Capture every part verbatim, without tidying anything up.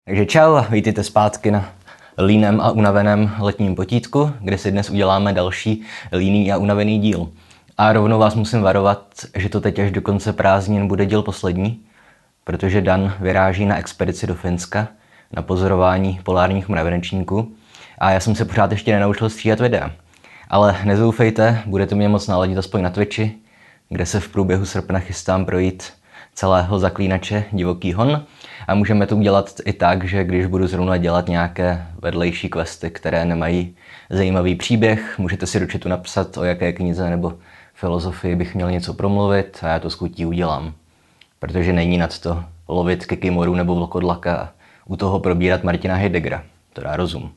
Takže čau a vítejte zpátky na líném a unaveném letním potítku, kde si dnes uděláme další líný a unavený díl. A rovnou vás musím varovat, že to teď až do konce prázdnin bude díl poslední, protože Dan vyráží na expedici do Finska na pozorování polárních mravenečníků a já jsem se pořád ještě nenaučil stříhat videa. Ale nezoufejte, budete mě moc naladit aspoň na Twitchi, kde se v průběhu srpna chystám projít celého Zaklínače Divoký hon a můžeme to udělat i tak, že když budu zrovna dělat nějaké vedlejší questy, které nemají zajímavý příběh, můžete si do chatu napsat, o jaké knize nebo filozofii bych měl něco promluvit a já to s chutí udělám. Protože není nad to lovit kikimoru nebo vlkodlaka a u toho probírat Martina Heideggera. To dá rozum.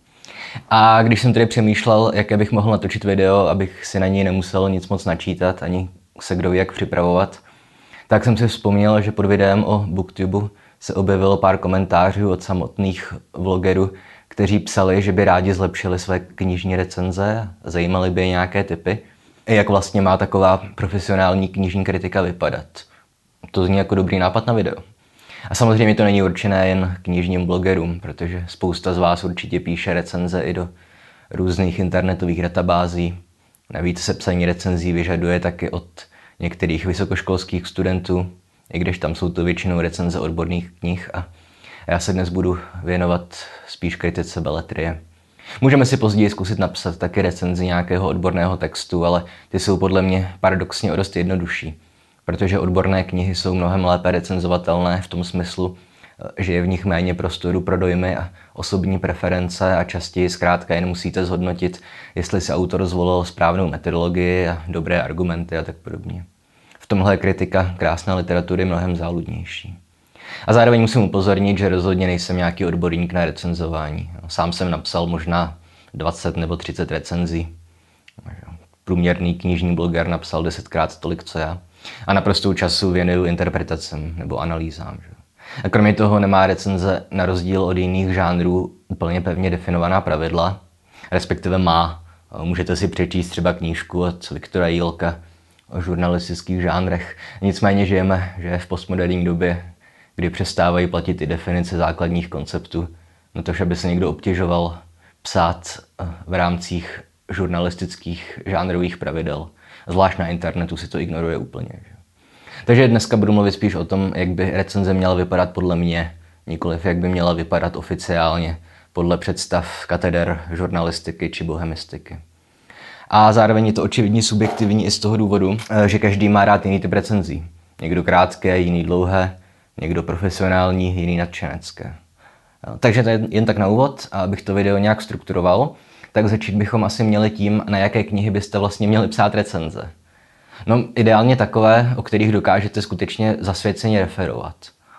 A když jsem tedy přemýšlel, jaké bych mohl natočit video, abych si na něj nemusel nic moc načítat, ani se kdo ví jak připravovat, tak jsem si vzpomněl, že pod videem o BookTubu se objevilo pár komentářů od samotných vlogerů, kteří psali, že by rádi zlepšili své knižní recenze a zajímaly by je nějaké tipy, jak vlastně má taková profesionální knižní kritika vypadat. To zní jako dobrý nápad na video. A samozřejmě to není určené jen knižním blogerům, protože spousta z vás určitě píše recenze i do různých internetových databází. Navíc se psaní recenzí vyžaduje taky od některých vysokoškolských studentů, i když tam jsou to většinou recenze odborných knih a já se dnes budu věnovat spíš kritice beletrie. Můžeme si později zkusit napsat taky recenzi nějakého odborného textu, ale ty jsou podle mě paradoxně o dost jednodušší, protože odborné knihy jsou mnohem lépe recenzovatelné v tom smyslu, že je v nich méně prostoru pro dojmy a osobní preference a častěji zkrátka jen musíte zhodnotit, jestli si autor zvolil správnou metodologii a dobré argumenty a tak podobně. V tomhle je kritika krásné literatury mnohem záludnější. A zároveň musím upozornit, že rozhodně nejsem nějaký odborník na recenzování. Sám jsem napsal možná dvacet nebo třicet recenzí. Průměrný knižní bloger napsal desetkrát tolik, co já. A naprostou času věnuju interpretacím nebo analýzám. Že? A kromě toho nemá recenze na rozdíl od jiných žánrů úplně pevně definovaná pravidla, respektive má. Můžete si přečíst třeba knížku od Viktora Jílka o žurnalistických žánrech. Nicméně žijeme, že v postmoderní době, kdy přestávají platit i definice základních konceptů, na to, aby se někdo obtěžoval psát v rámcích žurnalistických žánrových pravidel. Zvlášť na internetu si to ignoruje úplně. Že? Takže dneska budu mluvit spíš o tom, jak by recenze měla vypadat podle mě, nikoliv jak by měla vypadat oficiálně podle představ kateder žurnalistiky či bohemistiky. A zároveň je to očividně subjektivní i z toho důvodu, že každý má rád jiný typ recenzí. Někdo krátké, jiný dlouhé, někdo profesionální, jiný nadšenecké. Takže to je jen tak na úvod, a abych to video nějak strukturoval, tak začít bychom asi měli tím, na jaké knihy byste vlastně měli psát recenze. No, ideálně takové, o kterých dokážete skutečně zasvěceně referovat.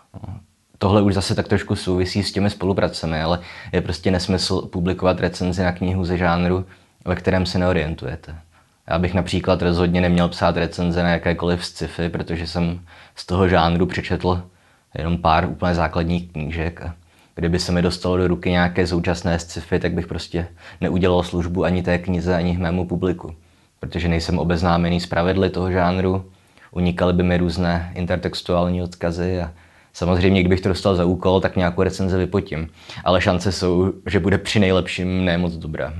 Tohle už zase tak trošku souvisí s těmi spolupracemi, ale je prostě nesmysl publikovat recenzi na knihu ze žánru, ve kterém se neorientujete. Já bych například rozhodně neměl psát recenze na jakékoliv sci-fi, protože jsem z toho žánru přečetl jenom pár úplně základních knížek. A kdyby se mi dostalo do ruky nějaké současné sci-fi, tak bych prostě neudělal službu ani té knize, ani mému publiku. Protože nejsem obeznámený s pravidly toho žánru, unikaly by mi různé intertextuální odkazy a samozřejmě, kdybych to dostal za úkol, tak nějakou recenzi vypotím. Ale šance jsou, že bude při nejlepším ne moc dobrá.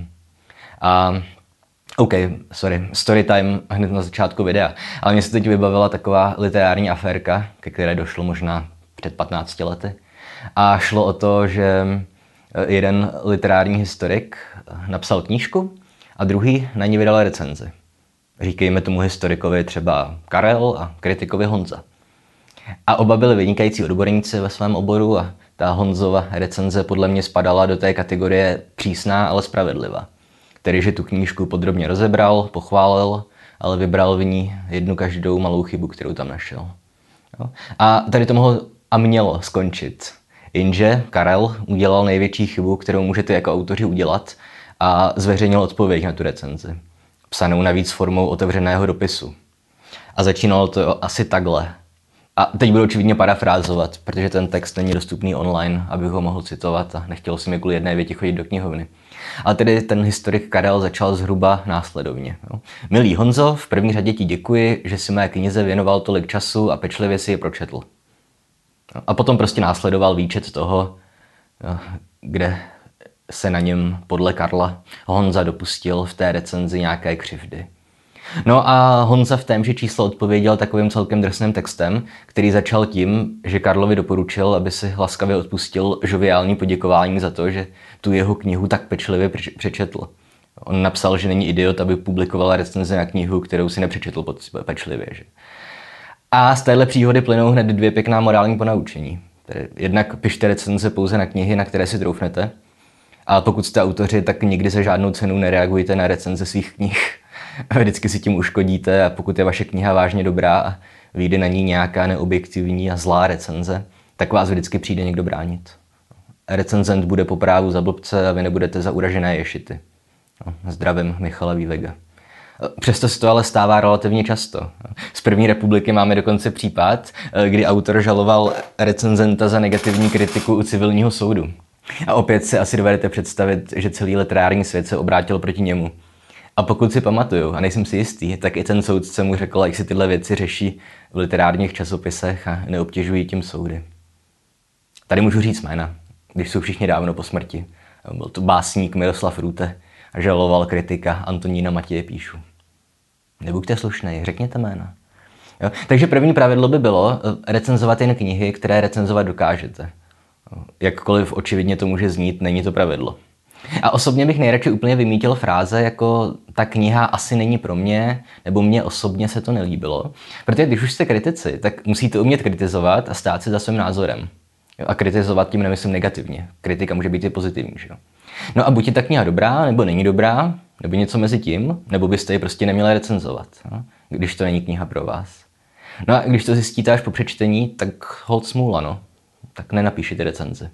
A OK, sorry, storytime hned na začátku videa. Ale mě se teď vybavila taková literární aférka, ke které došlo možná před patnácti lety. A šlo o to, že jeden literární historik napsal knížku a druhý na ní vydal recenzi. Říkejme tomu historikovi třeba Karel a kritikovi Honza. A oba byli vynikající odborníci ve svém oboru a ta Honzova recenze podle mě spadala do té kategorie přísná, ale spravedlivá. Tedy, že tu knížku podrobně rozebral, pochválil, ale vybral v ní jednu každou malou chybu, kterou tam našel. Jo? A tady to mohlo a mělo skončit. Jenže Karel udělal největší chybu, kterou můžete jako autoři udělat, a zveřejnil odpověď na tu recenzi. Psanou navíc formou otevřeného dopisu. A začínalo to asi takhle. A teď budu očividně parafrázovat, protože ten text není dostupný online, abych ho mohl citovat a nechtěl jsem mi kvůli jedné větě chodit do knihovny. Ale tedy ten historik Karel začal zhruba následovně. Jo. Milý Honzo, v první řadě ti děkuji, že si mé knize věnoval tolik času a pečlivě si je pročetl. A potom prostě následoval výčet toho, kde se na něm podle Karla Honza dopustil v té recenzi nějaké křivdy. No a Honza v témže čísle odpověděl takovým celkem drsným textem, který začal tím, že Karlovi doporučil, aby si laskavě odpustil žoviální poděkování za to, že tu jeho knihu tak pečlivě přečetl. On napsal, že není idiot, aby publikoval recenzi na knihu, kterou si nepřečetl pečlivě. Že? A z téhle příhody plynou hned dvě pěkná morální ponaučení. Tedy jednak pište recenze pouze na knihy, na které si troufnete. A pokud jste autoři, tak nikdy za žádnou cenu nereagujte na recenze svých knih. Vždycky si tím uškodíte a pokud je vaše kniha vážně dobrá a vyjde na ní nějaká neobjektivní a zlá recenze, tak vás vždycky přijde někdo bránit. Recenzent bude po právu za blbce a vy nebudete za uražené ješity. Zdravím, Michala Vývega. Přesto se to ale stává relativně často. Z první republiky máme dokonce případ, kdy autor žaloval recenzenta za negativní kritiku u civilního soudu. A opět si asi dovedete představit, že celý literární svět se obrátil proti němu. A pokud si pamatuju, a nejsem si jistý, tak i ten soudce mu řekl, jak si tyhle věci řeší v literárních časopisech a neobtěžují tím soudy. Tady můžu říct jména, když jsou všichni dávno po smrti. Byl to básník Miroslav Růte a žaloval kritika Antonína Matěje Píšu. Nebuďte slušnej, řekněte jména. Jo? Takže první pravidlo by bylo recenzovat jen knihy, které recenzovat dokážete. Jakkoliv očividně to může znít, není to pravidlo. A osobně bych nejradši úplně vymítil fráze jako ta kniha asi není pro mě, nebo mně osobně se to nelíbilo. Protože když už jste kritici, tak musíte umět kritizovat a stát si za svým názorem. A kritizovat tím nemyslím negativně. Kritika může být i pozitivní, že jo. No a buď je ta kniha dobrá, nebo není dobrá, nebo něco mezi tím, nebo byste ji prostě neměli recenzovat, no? Když to není kniha pro vás. No a když to zjistíte až po přečtení, tak holt smůla, no. Tak nenapíšete recenzi.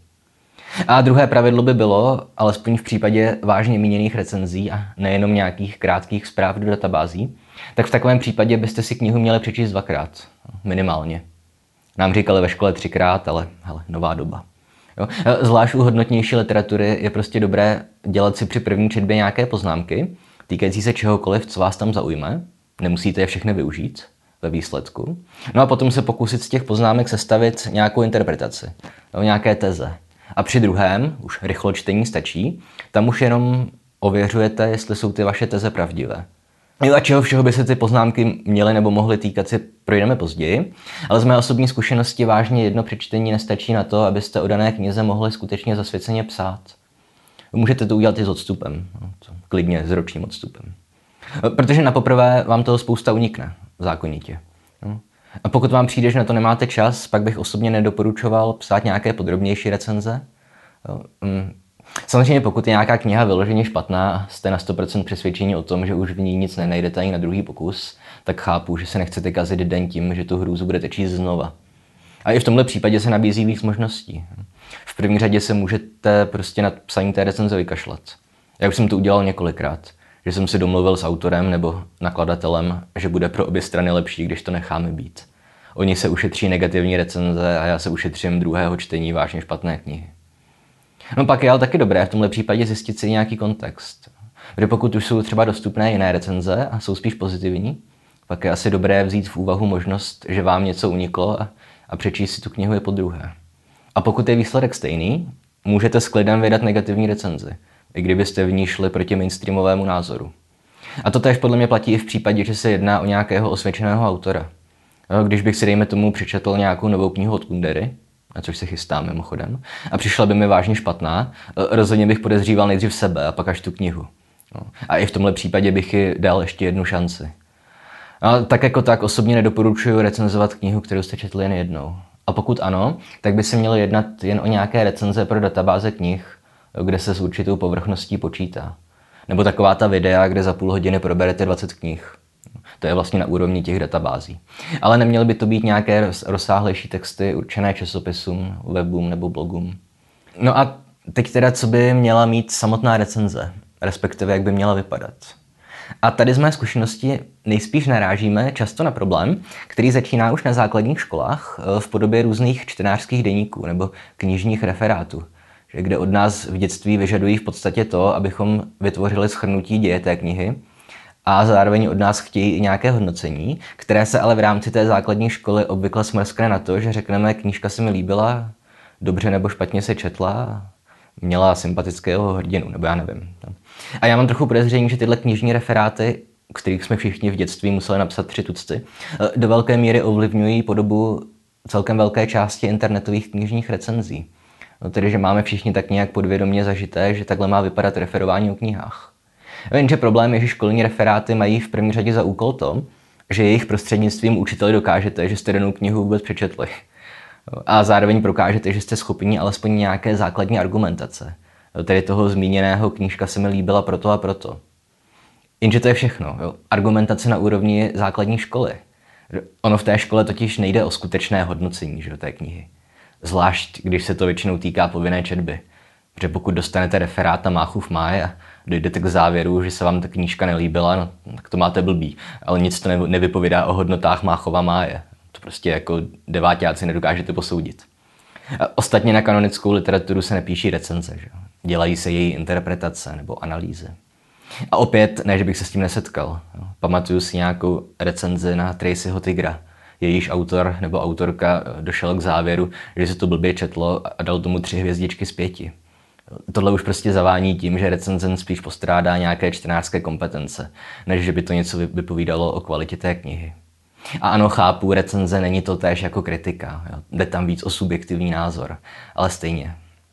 A druhé pravidlo by bylo, alespoň v případě vážně míněných recenzí a nejenom nějakých krátkých zpráv do databází, tak v takovém případě byste si knihu měli přečíst dvakrát, minimálně. Nám říkali ve škole třikrát, ale hele, nová doba. Jo? Zvlášť u hodnotnější literatury je prostě dobré dělat si při první četbě nějaké poznámky, týkající se čehokoliv, co vás tam zaujme. Nemusíte je všechny využít ve výsledku. No a potom se pokusit z těch poznámek sestavit nějakou interpretaci, jo? Nějaké teze. A při druhém, už rychločtení stačí, tam už jenom ověřujete, jestli jsou ty vaše teze pravdivé. Jo a čeho všeho by se ty poznámky měly nebo mohly týkat, si projdeme později, ale z mé osobní zkušenosti vážně jedno přečtení nestačí na to, abyste o dané knize mohli skutečně zasvěceně psát. Můžete to udělat i s odstupem, klidně s ročním odstupem. Protože na poprvé vám toho spousta unikne, zákonitě. A pokud vám přijde, že na to nemáte čas, pak bych osobně nedoporučoval psát nějaké podrobnější recenze. Samozřejmě pokud je nějaká kniha vyloženě špatná a jste na sto procent přesvědčení o tom, že už v ní nic nenajdete ani na druhý pokus, tak chápu, že se nechcete kazit den tím, že tu hrůzu budete číst znova. A i v tomhle případě se nabízí víc možností. V první řadě se můžete prostě na psaní té recenze vykašlat. Já už jsem to udělal několikrát, že jsem si domluvil s autorem nebo nakladatelem, že bude pro obě strany lepší, když to necháme být. Oni se ušetří negativní recenze a já se ušetřím druhého čtení vážně špatné knihy. No pak je ale taky dobré v tomhle případě zjistit si nějaký kontext. Protože pokud už jsou třeba dostupné jiné recenze a jsou spíš pozitivní, pak je asi dobré vzít v úvahu možnost, že vám něco uniklo a, a přečíst si tu knihu je podruhé. A pokud je výsledek stejný, můžete s klidem vydat negativní recenzi, i kdybyste v ní šli proti mainstreamovému názoru. A to též podle mě platí i v případě, že se jedná o nějakého osvědčeného autora. Když bych si dejme tomu přečetl nějakou novou knihu od Kundery, na což se chystám mimochodem, a přišla by mi vážně špatná, rozhodně bych podezříval nejdřív sebe a pak až tu knihu. No. A i v tomhle případě bych ji dal ještě jednu šanci. A tak jako tak osobně nedoporučuji recenzovat knihu, kterou jste četli jen jednou. A pokud ano, tak by se mělo jednat jen o nějaké recenze pro databáze knih, kde se s určitou povrchností počítá. Nebo taková ta videa, kde za půl hodiny proberete dvacet knih. To je vlastně na úrovni těch databází. Ale neměly by to být nějaké rozsáhlejší texty určené časopisům, webům nebo blogům. No a teď teda, co by měla mít samotná recenze, respektive jak by měla vypadat. A tady z mé zkušenosti nejspíš narážíme často na problém, který začíná už na základních školách v podobě různých čtenářských deníků nebo knižních referátů, kde od nás v dětství vyžadují v podstatě to, abychom vytvořili shrnutí děje té knihy, a zároveň od nás chtějí i nějaké hodnocení, které se ale v rámci té základní školy obvykle smrskne na to, že řekneme, knížka se mi líbila, dobře nebo špatně se četla měla sympatického hrdinu, nebo já nevím. A já mám trochu podezření, že tyhle knižní referáty, kterých jsme všichni v dětství museli napsat tři tucty, do velké míry ovlivňují podobu celkem velké části internetových knižních recenzí. No tedy, že máme všichni tak nějak podvědomě zažité, že takhle má vypadat referování o knihách. Jenže problém je, že školní referáty mají v první řadě za úkol to, že jejich prostřednictvím učiteli dokážete, že jste danou knihu vůbec přečetli. A zároveň prokážete, že jste schopni alespoň nějaké základní argumentace. Tedy toho zmíněného knížka se mi líbila proto a proto. Jenže to je všechno. Jo? Argumentace na úrovni základní školy. Ono v té škole totiž nejde o skutečné hodnocení, že, té knihy. Zvlášť, když se to většinou týká povinné četby. Protože pokud dostanete referát na Máchův máj a dojdete k závěru, že se vám ta knížka nelíbila, no, tak to máte blbý. Ale nic to nevypovídá o hodnotách Máchova máje. To prostě jako deváťáci nedokážete posoudit. A ostatně na kanonickou literaturu se nepíší recenze. Že? Dělají se její interpretace nebo analýzy. A opět, ne, že bych se s tím nesetkal. Pamatuju si nějakou recenzi na Tracyho tygra. Jejíž autor nebo autorka došel k závěru, že se to blbě četlo a dal tomu tři hvězdičky z pěti. Tohle už prostě zavání tím, že recenzent spíš postrádá nějaké čtenářské kompetence, než že by to něco vypovídalo o kvalitě té knihy. A ano, chápu, recenze není to též jako kritika. Jo. Jde tam víc o subjektivní názor, ale stejně.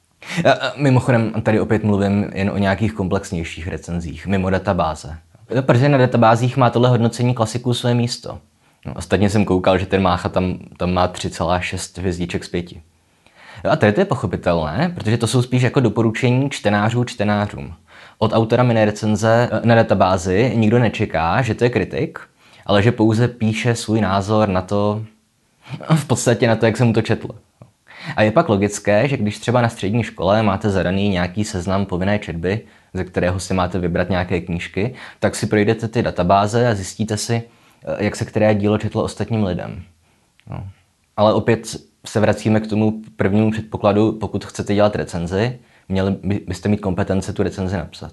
A mimochodem, tady opět mluvím jen o nějakých komplexnějších recenzích, mimo databáze. Protože na databázích má tohle hodnocení klasiků své místo. No, ostatně jsem koukal, že ten Mácha tam, tam má tři celá šest hvězdiček z pěti. A tady to je pochopitelné, protože to jsou spíš jako doporučení čtenářů čtenářům. Od autora mini recenze na databázi nikdo nečeká, že to je kritik, ale že pouze píše svůj názor na to, v podstatě na to, jak jsem mu to četl. A je pak logické, že když třeba na střední škole máte zadaný nějaký seznam povinné četby, ze kterého si máte vybrat nějaké knížky, tak si projdete ty databáze a zjistíte si, jak se které dílo četlo ostatním lidem. No. Ale opět se vracíme k tomu prvnímu předpokladu, pokud chcete dělat recenzi, měli byste mít kompetence tu recenzi napsat.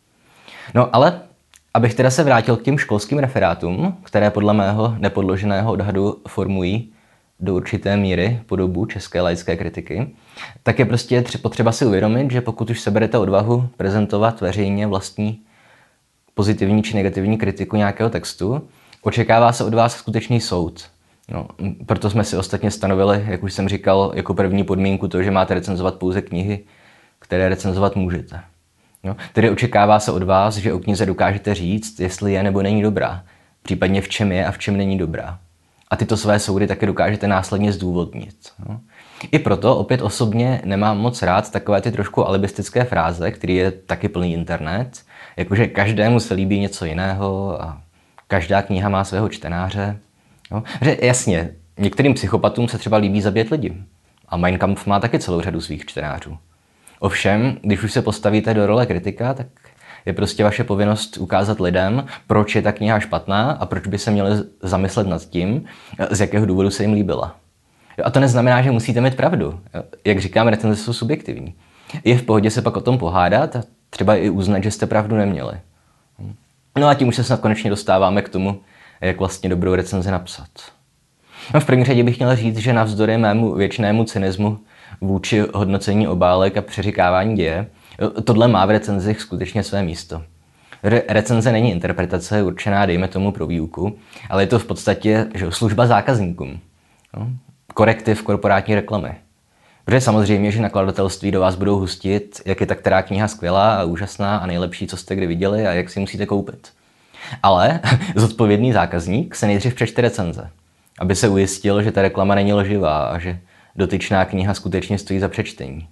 No ale, abych teda se vrátil k těm školským referátům, které podle mého nepodloženého odhadu formují do určité míry podobu české laické kritiky, tak je prostě potřeba si uvědomit, že pokud už seberete odvahu prezentovat veřejně vlastní pozitivní či negativní kritiku nějakého textu, očekává se od vás skutečný soud. No, proto jsme si ostatně stanovili, jak už jsem říkal, jako první podmínku to, že máte recenzovat pouze knihy, které recenzovat můžete. No, tedy očekává se od vás, že o knize dokážete říct, jestli je nebo není dobrá, případně v čem je a v čem není dobrá. A tyto své soudy také dokážete následně zdůvodnit. No. I proto opět osobně nemám moc rád takové ty trošku alibistické fráze, který je taky plný internet, jakože každému se líbí něco jiného a každá kniha má svého čtenáře. No. Že jasně, některým psychopatům se třeba líbí zabíjet lidi. A Mein Kampf má taky celou řadu svých čtenářů. Ovšem, když už se postavíte do role kritika, tak je prostě vaše povinnost ukázat lidem, proč je ta kniha špatná a proč by se měli zamyslet nad tím, z jakého důvodu se jim líbila. A to neznamená, že musíte mít pravdu. Jak říkám, recenze jsou subjektivní. Je v pohodě se pak o tom pohádat a třeba i uznat, že jste pravdu neměli. No a tím už se snad konečně dostáváme k tomu, jak vlastně dobrou recenzi napsat. No v první řadě bych měl říct, že navzdory mému věčnému cynismu vůči hodnocení obálek a přeříkávání děje, tohle má v recenzích skutečně své místo. Re- recenze není interpretace určená, dejme tomu, pro výuku, ale je to v podstatě že, služba zákazníkům. No? Korektiv korporátní reklamy. Protože samozřejmě, že nakladatelství do vás budou hustit, jak je ta která kniha skvělá a úžasná a nejlepší, co jste kdy viděli a jak si musíte koupit. Ale zodpovědný zákazník se nejdřív přečte recenze, aby se ujistil, že ta reklama není lživá a že dotyčná kniha skutečně stojí za přečtení.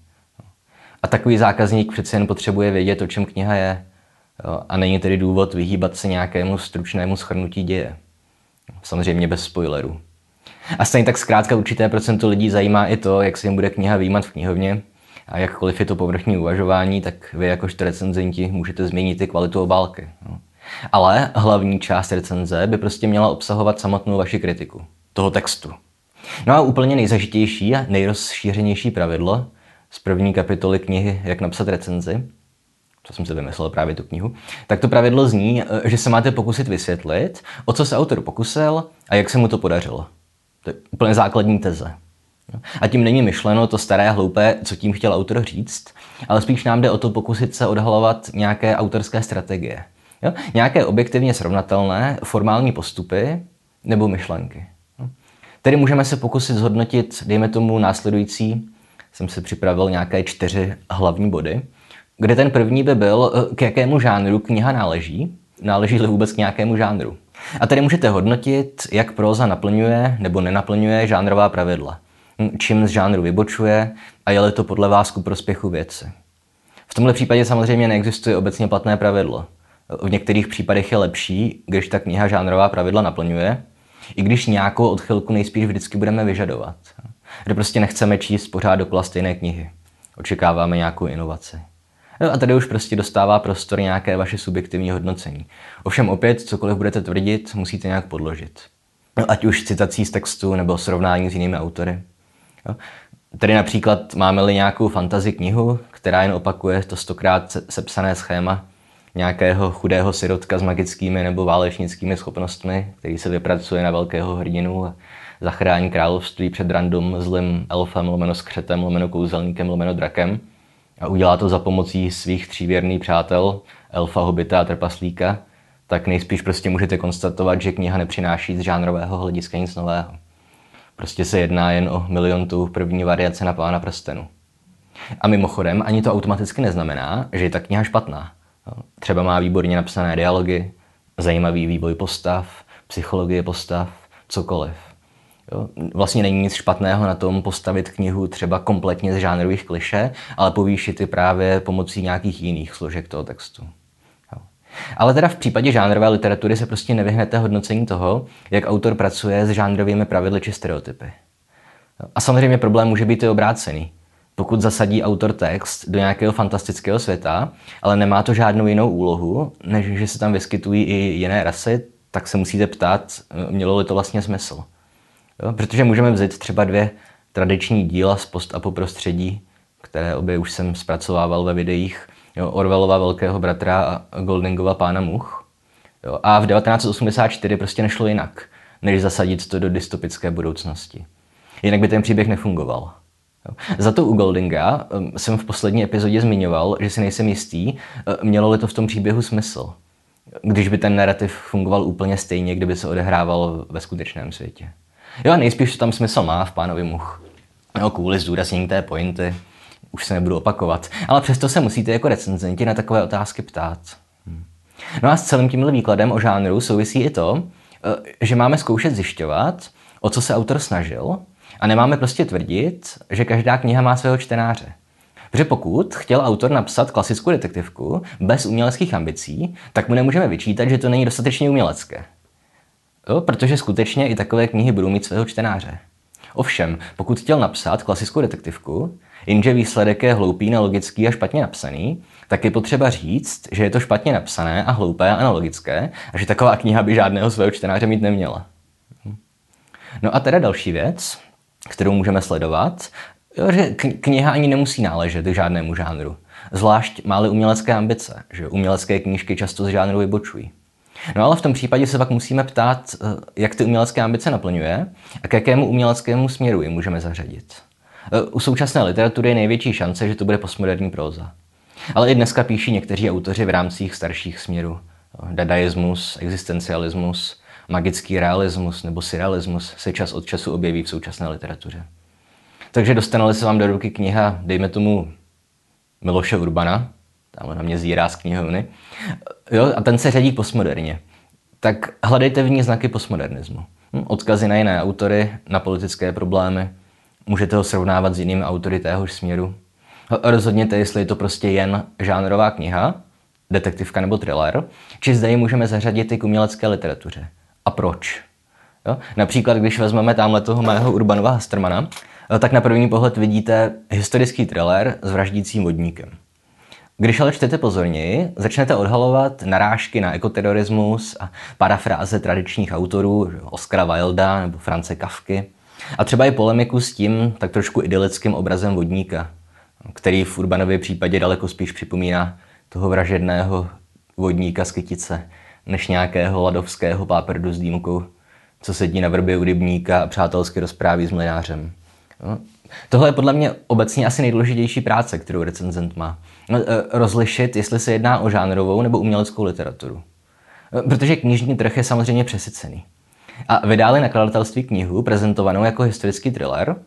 A takový zákazník přece jen potřebuje vědět, o čem kniha je. Jo? A není tedy důvod vyhýbat se nějakému stručnému shrnutí děje. Samozřejmě bez spoilerů. A stejně tak zkrátka určité procento lidí zajímá i to, jak se jim bude kniha vyjímat v knihovně. A jakkoliv je to povrchní uvažování, tak vy jakožto recenzenti můžete změnit i kvalitu obálky. Jo? Ale hlavní část recenze by prostě měla obsahovat samotnou vaši kritiku toho textu. No a úplně nejzažitější a nejrozšířenější pravidlo z první kapitoly knihy Jak napsat recenzi, to jsem si vymyslel právě tu knihu, tak to pravidlo zní, že se máte pokusit vysvětlit, o co se autor pokusil a jak se mu to podařilo. To je úplně základní teze. A tím není myšleno to staré hloupé, co tím chtěl autor říct, ale spíš nám jde o to pokusit se odhalovat nějaké autorské strategie. Jo? Nějaké objektivně srovnatelné formální postupy nebo myšlenky. Tedy můžeme se pokusit zhodnotit, dejme tomu následující, jsem si připravil nějaké čtyři hlavní body, kde ten první by byl, k jakému žánru kniha náleží, náleží-li vůbec k nějakému žánru. A tady můžete hodnotit, jak próza naplňuje nebo nenaplňuje žánrová pravidla, čím z žánru vybočuje a je-li to podle vás ku prospěchu věci. V tomhle případě samozřejmě neexistuje obecně platné pravidlo. V některých případech je lepší, když ta kniha žánrová pravidla naplňuje, i když nějakou odchylku nejspíš vždycky budeme vyžadovat. Že prostě nechceme číst pořád dokola stejné knihy. Očekáváme nějakou inovaci. No a tady už prostě dostává prostor nějaké vaše subjektivní hodnocení. Ovšem opět, cokoliv budete tvrdit, musíte nějak podložit. No, ať už citací z textu nebo srovnání s jinými autory. No, tady například máme-li nějakou fantasy knihu, která jen opakuje to stokrát sepsané schéma nějakého chudého sirotka s magickými nebo válečnickými schopnostmi, který se vypracuje na velkého hrdinu a zachrání království před random zlým elfem, lomeno skřetem, lomeno kouzelníkem, lomeno drakem a udělá to za pomocí svých tří věrných přátel, elfa, hobita a trpaslíka, tak nejspíš prostě můžete konstatovat, že kniha nepřináší z žánrového hlediska nic nového. Prostě se jedná jen o miliontu první variace na Pána prstenů. A mimochodem, ani to automaticky neznamená, že je ta kniha špatná. Třeba má výborně napsané dialogy, zajímavý vývoj postav, psychologie postav, cokoliv. Jo? Vlastně není nic špatného na tom postavit knihu třeba kompletně z žánrových klišé, ale povýšit ji právě pomocí nějakých jiných složek toho textu. Jo? Ale teda v případě žánrové literatury se prostě nevyhnete hodnocení toho, jak autor pracuje s žánrovými pravidly či stereotypy. Jo? A samozřejmě problém může být i obrácený. Pokud zasadí autor text do nějakého fantastického světa, ale nemá to žádnou jinou úlohu, než že se tam vyskytují i jiné rasy, tak se musíte ptát, mělo-li to vlastně smysl. Jo? Protože můžeme vzít třeba dvě tradiční díla z post-apo prostředí, které obě už jsem zpracovával ve videích, jo? Orwellova Velkého bratra a Goldingova Pána much. Jo? A v devatenáct set osmdesát čtyři prostě nešlo jinak, než zasadit to do dystopické budoucnosti. Jinak by ten příběh nefungoval. Za to u Goldinga jsem v poslední epizodě zmiňoval, že si nejsem jistý, mělo-li to v tom příběhu smysl, když by ten narrativ fungoval úplně stejně, kdyby se odehrával ve skutečném světě. Jo, a nejspíš to tam smysl má v Pánovi much. No, kvůli zdůraznění té pointy, už se nebudu opakovat, ale přesto se musíte jako recenzenti na takové otázky ptát. No a s celým tímhle výkladem o žánru souvisí i to, že máme zkoušet zjišťovat, o co se autor snažil, a nemáme prostě tvrdit, že každá kniha má svého čtenáře. Protože pokud chtěl autor napsat klasickou detektivku bez uměleckých ambicí, tak mu nemůžeme vyčítat, že to není dostatečně umělecké. Jo, protože skutečně i takové knihy budou mít svého čtenáře. Ovšem, pokud chtěl napsat klasickou detektivku, jenže výsledek je hloupý, nelogický a špatně napsaný, tak je potřeba říct, že je to špatně napsané a hloupé a nelogické a že taková kniha by žádného svého čtenáře mít neměla. No a teda další věc, kterou můžeme sledovat, jo, že kniha ani nemusí náležet k žádnému žánru. Zvlášť má-li umělecké ambice, že umělecké knížky často z žánru vybočují. No ale v tom případě se pak musíme ptát, jak ty umělecké ambice naplňuje a k jakému uměleckému směru ji můžeme zařadit. U současné literatury je největší šance, že to bude postmoderní próza. Ale i dneska píší někteří autoři v rámcích starších směrů. Dadaismus, existencialismus, magický realismus nebo surrealismus se čas od času objeví v současné literatuře. Takže dostane se vám do ruky kniha, dejme tomu Miloše Urbana, tamhle na mě zírá z knihovny, jo, a ten se řadí postmoderně. Tak hledejte v ní znaky postmodernismu. Odkazy na jiné autory, na politické problémy, můžete ho srovnávat s jinými autory téhož směru. Rozhodněte, jestli je to prostě jen žánrová kniha, detektivka nebo thriller, či zde ji můžeme zařadit i k umělecké literatuře. A proč? Jo? Například, když vezmeme tamhle toho mého Urbanova Hastermana, tak na první pohled vidíte historický thriller s vraždícím vodníkem. Když ale čtete pozorněji, začnete odhalovat narážky na ekoterorismus a parafráze tradičních autorů, Oscara Wilda nebo France Kafky, a třeba i polemiku s tím tak trošku idylickým obrazem vodníka, který v Urbanově případě daleko spíš připomíná toho vražedného vodníka z Kytice, než nějakého ladovského páperdu s dýmkou, co sedí na vrbě u rybníka a přátelsky rozpráví s mlynářem. No, tohle je podle mě obecně asi nejdůležitější práce, kterou recenzent má. No, rozlišit, jestli se jedná o žánrovou nebo uměleckou literaturu. Protože knižní trh je samozřejmě přesycený. A vydá-li nakladatelství knihu prezentovanou jako historický thriller,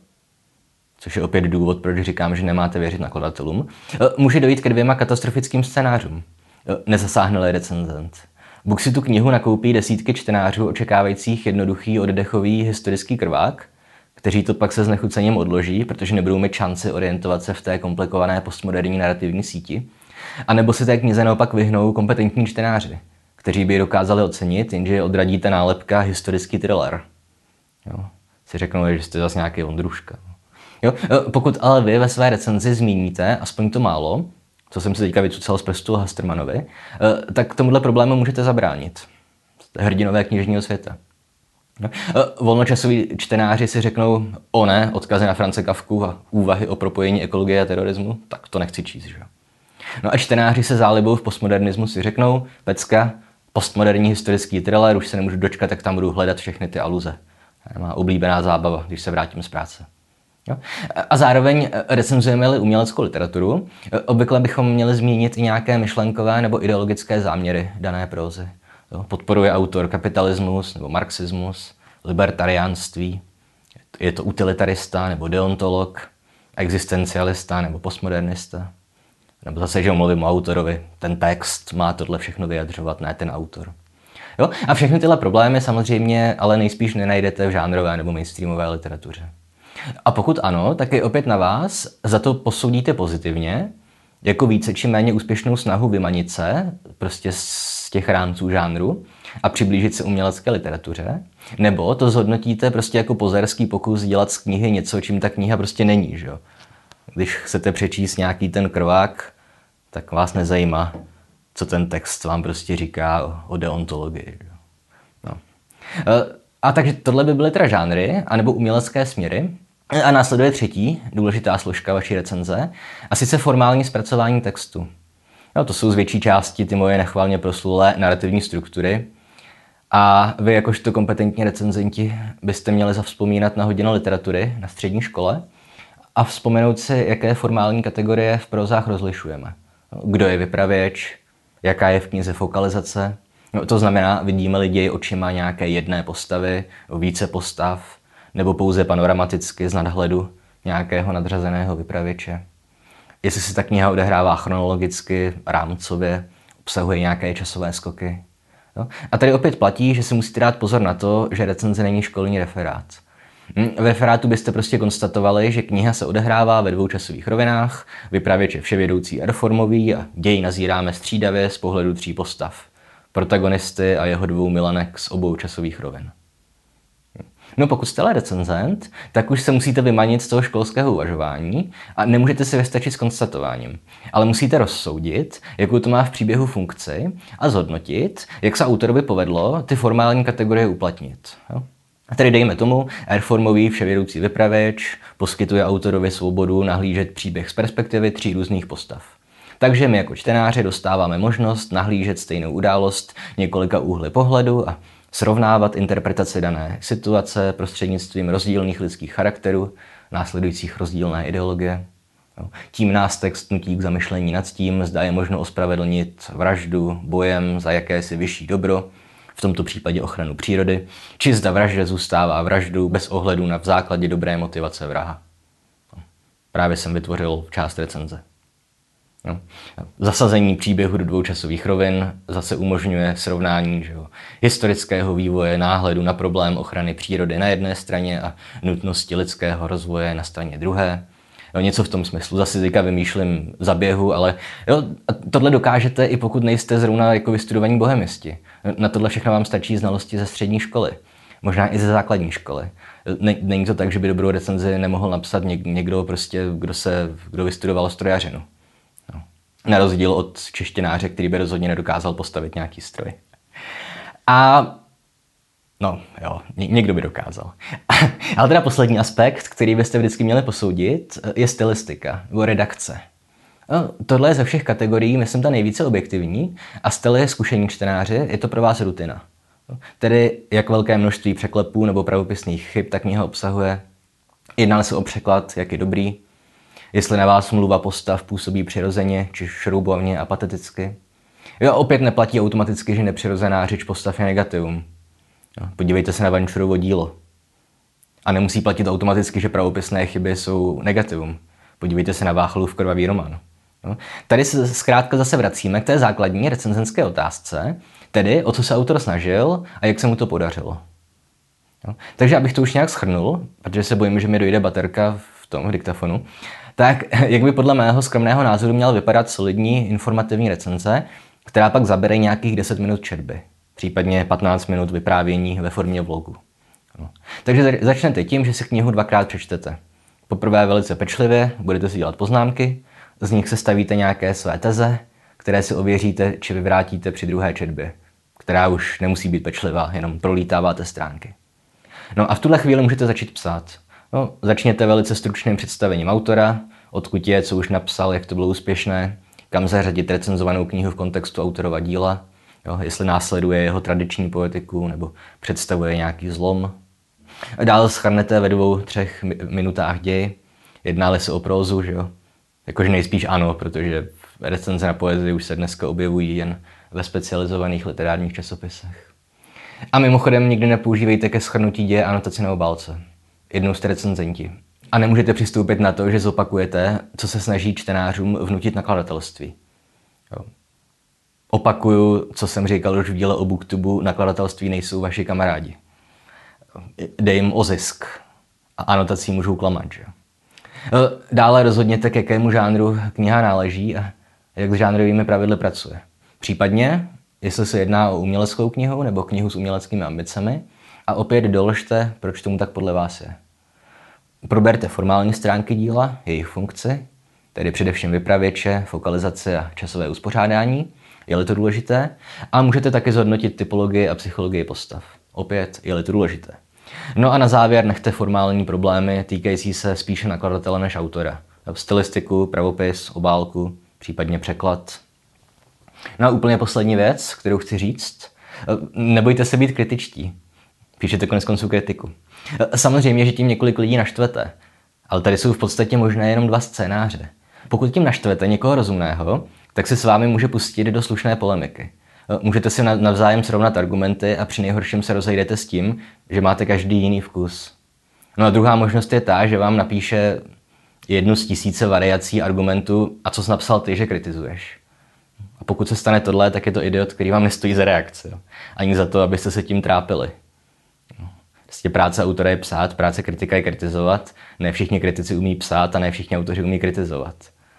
což je opět důvod, proč říkám, že nemáte věřit nakladatelům, může dojít ke dvěma katastrofickým scénářům. Nezasáhne-li recenzent. Buď si tu knihu nakoupí desítky čtenářů očekávajících jednoduchý, oddechový historický krvák, kteří to pak se znechucením odloží, protože nebudou mít šanci orientovat se v té komplikované postmoderní narrativní síti, a nebo se té knize naopak vyhnou kompetentní čtenáři, kteří by ji dokázali ocenit, jenže je odradí ta nálepka historický thriller. Jo. Si řeknou, že jste zase nějaký Ondruška. Jo. Pokud ale vy ve své recenzi zmíníte aspoň to málo, co jsem si teďka vycucal z prstu Hastermanovi, tak tomuhle problému můžete zabránit. Jste hrdinové knižního světa. No. Volnočasoví čtenáři si řeknou, o ne, odkazy na Franze Kafku a úvahy o propojení ekologie a terorismu, tak to nechci číst, že? No a čtenáři se zálibou v postmodernismu si řeknou, pecka, postmoderní historický thriller, už se nemůžu dočkat, tak tam budu hledat všechny ty aluze. Má oblíbená zábava, když se vrátím z práce. Jo? A zároveň recenzujeme-li uměleckou literaturu, obvykle bychom měli zmínit i nějaké myšlenkové nebo ideologické záměry dané prózy. Jo? Podporuje autor kapitalismus nebo marxismus, libertariánství, je to utilitarista nebo deontolog, existencialista nebo postmodernista. Nebo zase, že mluvím o autorovi, ten text má tohle všechno vyjadřovat, ne ten autor. Jo? A všechny tyhle problémy samozřejmě ale nejspíš nenajdete v žánrové nebo mainstreamové literatuře. A pokud ano, tak je opět na vás, za to posoudíte pozitivně, jako více či méně úspěšnou snahu vymanit se prostě z těch rámců žánru a přiblížit se umělecké literatuře, nebo to zhodnotíte prostě jako pozerský pokus dělat z knihy něco, čím ta kniha prostě není, že jo? Když chcete přečíst nějaký ten krvák, tak vás nezajímá, co ten text vám prostě říká o, o deontologii. Že? No. A takže tohle by byly teda žánry, anebo umělecké směry. A následuje třetí důležitá složka vaší recenze, a sice formální zpracování textu. No, to jsou z větší části ty moje nechvalně proslulé narrativní struktury. A vy jakožto kompetentní recenzenti byste měli zavzpomínat na hodinu literatury na střední škole a vzpomenout si, jaké formální kategorie v prózách rozlišujeme. Kdo je vypravěč, jaká je v knize fokalizace. No, to znamená, vidíme lidi očima nějaké jedné postavy, více postav, nebo pouze panoramaticky z nadhledu nějakého nadřazeného vypravěče. Jestli se ta kniha odehrává chronologicky, rámcově, obsahuje nějaké časové skoky. No? A tady opět platí, že si musíte dát pozor na to, že recenze není školní referát. V referátu byste prostě konstatovali, že kniha se odehrává ve dvou časových rovinách, vypravěč je vševědoucí a reformový a děj nazíráme střídavě z pohledu tří postav. Protagonisty a jeho dvou milanek z obou časových rovin. No pokud jste ale recenzent, tak už se musíte vymanit z toho školského uvažování a nemůžete si vystačit s konstatováním. Ale musíte rozsoudit, jakou to má v příběhu funkci a zhodnotit, jak se autorovi povedlo ty formální kategorie uplatnit. Jo? A tedy dejme tomu, reformový vševědoucí vypravěč poskytuje autorovi svobodu nahlížet příběh z perspektivy tří různých postav. Takže my jako čtenáři dostáváme možnost nahlížet stejnou událost několika úhly pohledu a srovnávat interpretaci dané situace prostřednictvím rozdílných lidských charakterů, následujících rozdílné ideologie. Tím nás text nutí k zamyšlení nad tím, zda je možno ospravedlnit vraždu bojem za jakési vyšší dobro, v tomto případě ochranu přírody, či zda vražda zůstává vraždou bez ohledu na v základě dobré motivace vraha. Právě jsem vytvořil část recenze. No. Zasazení příběhu do dvou časových rovin zase umožňuje srovnání že jo, historického vývoje, náhledu na problém ochrany přírody na jedné straně a nutnosti lidského rozvoje na straně druhé. Jo, něco v tom smyslu. Zase teďka vymýšlím zaběhu, ale jo, tohle dokážete i pokud nejste zrovna jako vystudovaní bohemisti. Na tohle všechno vám stačí znalosti ze střední školy. Možná i ze základní školy. Není to tak, že by dobrou recenzi nemohl napsat někdo, prostě, kdo, se, kdo vystudoval strojařinu. No. Na rozdíl od češtináře, který by rozhodně nedokázal postavit nějaký stroj. A no jo, někdo by dokázal. Ale teda poslední aspekt, který byste vždycky měli posoudit, je stylistika, nebo redakce. No, tohle je ze všech kategorií, myslím, ta nejvíce objektivní a jste-li zkušení čtenáři, je to pro vás rutina. Tedy jak velké množství překlepů nebo pravopisných chyb ta kniha obsahuje, Jedná se o překlad, jak je dobrý, jestli na vás mluva postav působí přirozeně, či šroubovně a pateticky. Jo, opět neplatí automaticky, že nepřirozená řeč postav je negativum. Jo, podívejte se na Vančurovo dílo. A nemusí platit automaticky, že pravopisné chyby jsou negativum. Podívejte se na Váchalův krvavý román. Jo. Tady se zkrátka zase vracíme k té základní recenzenské otázce, tedy o co se autor snažil a jak se mu to podařilo. Jo. Takže abych to už nějak shrnul, protože se bojím, že mi dojde baterka v tom v diktafonu, tak jak by podle mého skromného názoru měla vypadat solidní informativní recenze, která pak zabere nějakých deset minut četby, případně patnáct minut vyprávění ve formě vlogu. Jo. Takže začnete tím, že si knihu dvakrát přečtete. Poprvé velice pečlivě, budete si dělat poznámky, z nich sestavíte nějaké své teze, které si ověříte či vyvrátíte při druhé četbě, která už nemusí být pečlivá, jenom prolítáváte stránky. No a v tuhle chvíli můžete začít psát. No, začněte velice stručným představením autora, odkud je, co už napsal, jak to bylo úspěšné, kam zařadit recenzovanou knihu v kontextu autorova díla, jo, jestli následuje jeho tradiční poetiku nebo představuje nějaký zlom. A dále shrnete ve dvou, třech minutách děj, jedná-li se o prózu, že jo? Jakože nejspíš ano, protože recenze na poezii už se dneska objevují jen ve specializovaných literárních časopisech. A mimochodem nikdy nepoužívejte ke shrnutí děje anotaci na obálce. Jednou jste recenzenti. A nemůžete přistoupit na to, že zopakujete, co se snaží čtenářům vnutit nakladatelství. Jo. Opakuju, co jsem říkal už v díle o Booktubu, nakladatelství nejsou vaši kamarádi. Dej jim o zisk. A anotací můžou klamat, že? Dále rozhodněte, k jakému žánru kniha náleží a jak s žánrovými pravidly pracuje. Případně, jestli se jedná o uměleckou knihu nebo knihu s uměleckými ambicemi, a opět doložte, proč tomu tak podle vás je. Proberte formální stránky díla, jejich funkci, tedy především vypravěče, fokalizace a časové uspořádání, je-li to důležité, a můžete taky zhodnotit typologii a psychologii postav. Opět, je-li to důležité. No a na závěr nechte formální problémy týkající se spíše nakladatele než autora. Stylistiku, pravopis, obálku, případně překlad. No a úplně poslední věc, kterou chci říct. Nebojte se být kritičtí. Píšete konec konců kritiku. Samozřejmě, že tím několik lidí naštvete, ale tady jsou v podstatě možné jenom dva scénáře. Pokud tím naštvete někoho rozumného, tak se s vámi může pustit do slušné polemiky. Můžete si navzájem srovnat argumenty a při nejhorším se rozejdete s tím, že máte každý jiný vkus. No a druhá možnost je ta, že vám napíše jednu z tisíce variací argumentů a co jsi napsal ty, že kritizuješ. A pokud se stane tohle, tak je to idiot, který vám nestojí za reakci. Ani za to, abyste se tím trápili. Prostě práce autora je psát, práce kritika je kritizovat. Ne všichni kritici umí psát a ne všichni autoři umí kritizovat.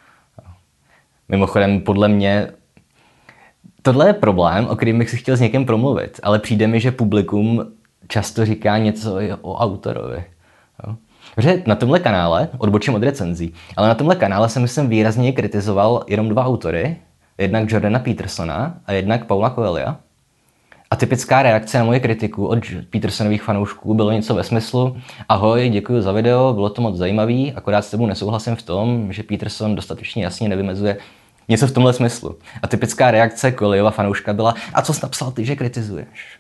Mimochodem, podle mě tohle je problém, o kterým bych si chtěl s někým promluvit, ale přijde mi, že publikum často říká něco o autorovi. Protože na tomhle kanále, odbočím od recenzí, ale na tomhle kanále jsem myslím výrazně kritizoval jenom dva autory, jednak Jordana Petersona a jednak Paula Coelha. A typická reakce na moje kritiku od Petersonových fanoušků bylo něco ve smyslu: ahoj, děkuji za video, bylo to moc zajímavý, akorát s tebou nesouhlasím v tom, že Peterson dostatečně jasně nevymezuje. Něco v tomhle smyslu. A typická reakce Coelhova fanouška byla: a co jsi napsal ty, že kritizuješ?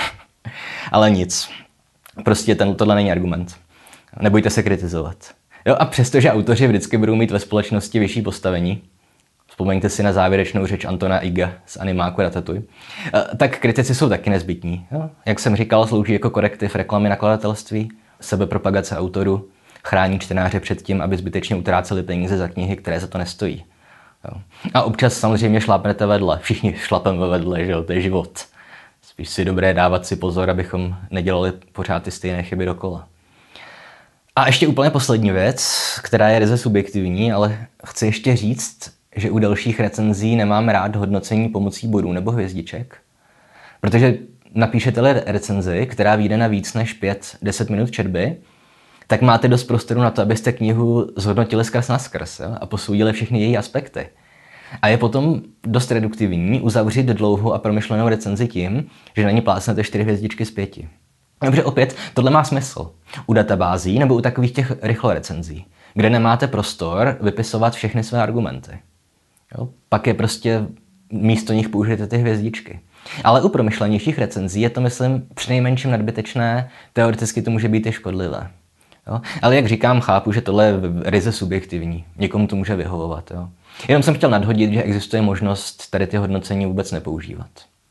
Ale nic. Prostě ten, tohle není argument. Nebojte se kritizovat. Jo, a přestože autoři vždycky budou mít ve společnosti vyšší postavení, vzpomeňte si na závěrečnou řeč Antona Iga z animáku Ratatouille, tak kritici jsou taky nezbytní. Jo? Jak jsem říkal, slouží jako korektiv reklamy nakladatelství, sebepropagace autorů, chrání čtenáře před tím, aby zbytečně utráceli peníze za knihy, které za to nestojí. Jo. A občas samozřejmě šlápnete vedle. Všichni šlapeme vedle, že jo, to je život. Spíš si dobré dávat si pozor, abychom nedělali pořád ty stejné chyby dokola. A ještě úplně poslední věc, která je ryze subjektivní, ale chci ještě říct, že u dalších recenzí nemám rád hodnocení pomocí bodů nebo hvězdiček. Protože napíšete-li recenzi, která vyjde na víc než pět deset minut četby, tak máte dost prostoru na to, abyste knihu zhodnotili skrz na skrz, jo? A posoudili všechny její aspekty. A je potom dost reduktivní uzavřít dlouhou a promyšlenou recenzi tím, že na ní plácnete čtyři hvězdičky z pěti. Dobře, opět, tohle má smysl. U databází nebo u takových těch rychlorecenzí, kde nemáte prostor vypisovat všechny své argumenty. Jo? Pak je prostě místo nich použijete ty hvězdičky. Ale u promyšlenějších recenzí je to, myslím, přinejmenším nadbytečné, teoreticky to může být i škodlivé. Jo? Ale jak říkám, chápu, že tohle je ryze subjektivní. Někomu to může vyhovovat. Jo? Jenom jsem chtěl nadhodit, že existuje možnost tady ty hodnocení vůbec nepoužívat.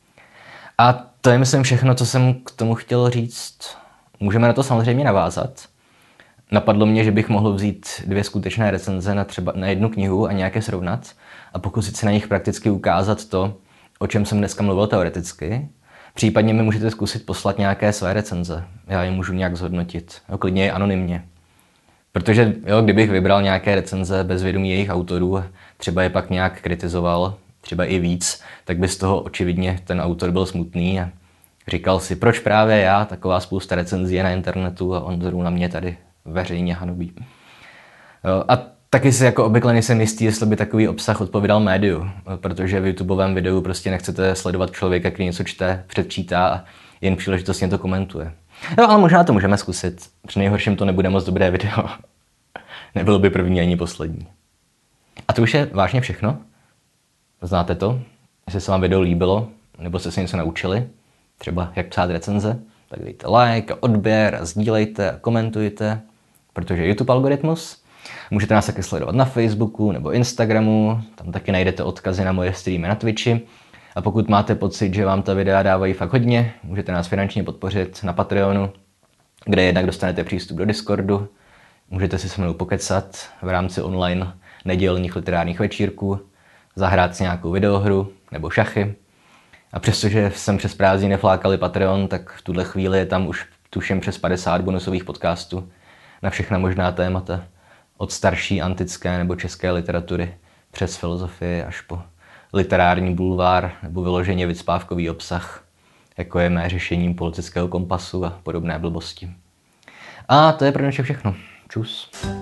A to je, myslím, všechno, co jsem k tomu chtěl říct. Můžeme na to samozřejmě navázat. Napadlo mě, že bych mohl vzít dvě skutečné recenze na třeba na jednu knihu a nějaké srovnat a pokusit se na nich prakticky ukázat to, o čem jsem dneska mluvil teoreticky. Případně mi můžete zkusit poslat nějaké své recenze. Já je můžu nějak zhodnotit. Jo, klidně i anonymně. Protože jo, kdybych vybral nějaké recenze bez vědomí jejich autorů, třeba je pak nějak kritizoval, třeba i víc, tak by z toho očividně ten autor byl smutný a říkal si, proč právě já, taková spousta recenzí je na internetu a on zrovna mě tady veřejně hanobí. Jo, a taky si jako obvykle nejsem jistý, jestli by takový obsah odpovídal médiu, protože v YouTubeovém videu prostě nechcete sledovat člověka, který něco čte, předčítá a jen příležitostně to komentuje. Jo, ale možná to můžeme zkusit. Při nejhorším to nebude moc dobré video. Nebylo by první ani poslední. A to už je vážně všechno. Znáte to? Jestli se vám video líbilo, nebo jste se něco naučili, třeba jak psát recenze, tak dejte like, odběr a sdílejte a komentujte, protože YouTube algoritmus. Můžete nás taky sledovat na Facebooku nebo Instagramu, tam taky najdete odkazy na moje streamy na Twitchi. A pokud máte pocit, že vám ta videa dávají fakt hodně, můžete nás finančně podpořit na Patreonu, kde jednak dostanete přístup do Discordu, můžete si se mnou pokecat v rámci online nedělních literárních večírků, zahrát si nějakou videohru nebo šachy. A přestože jsem přes prázdniny neflákali Patreon, tak v tuhle chvíli je tam už tuším přes padesát bonusových podcastů na všechna možná témata. Od starší antické nebo české literatury přes filozofii až po literární bulvár nebo vyloženě vycpávkový obsah, jako je mé řešení politického kompasu a podobné blbosti. A to je pro dnešek všechno. Čus.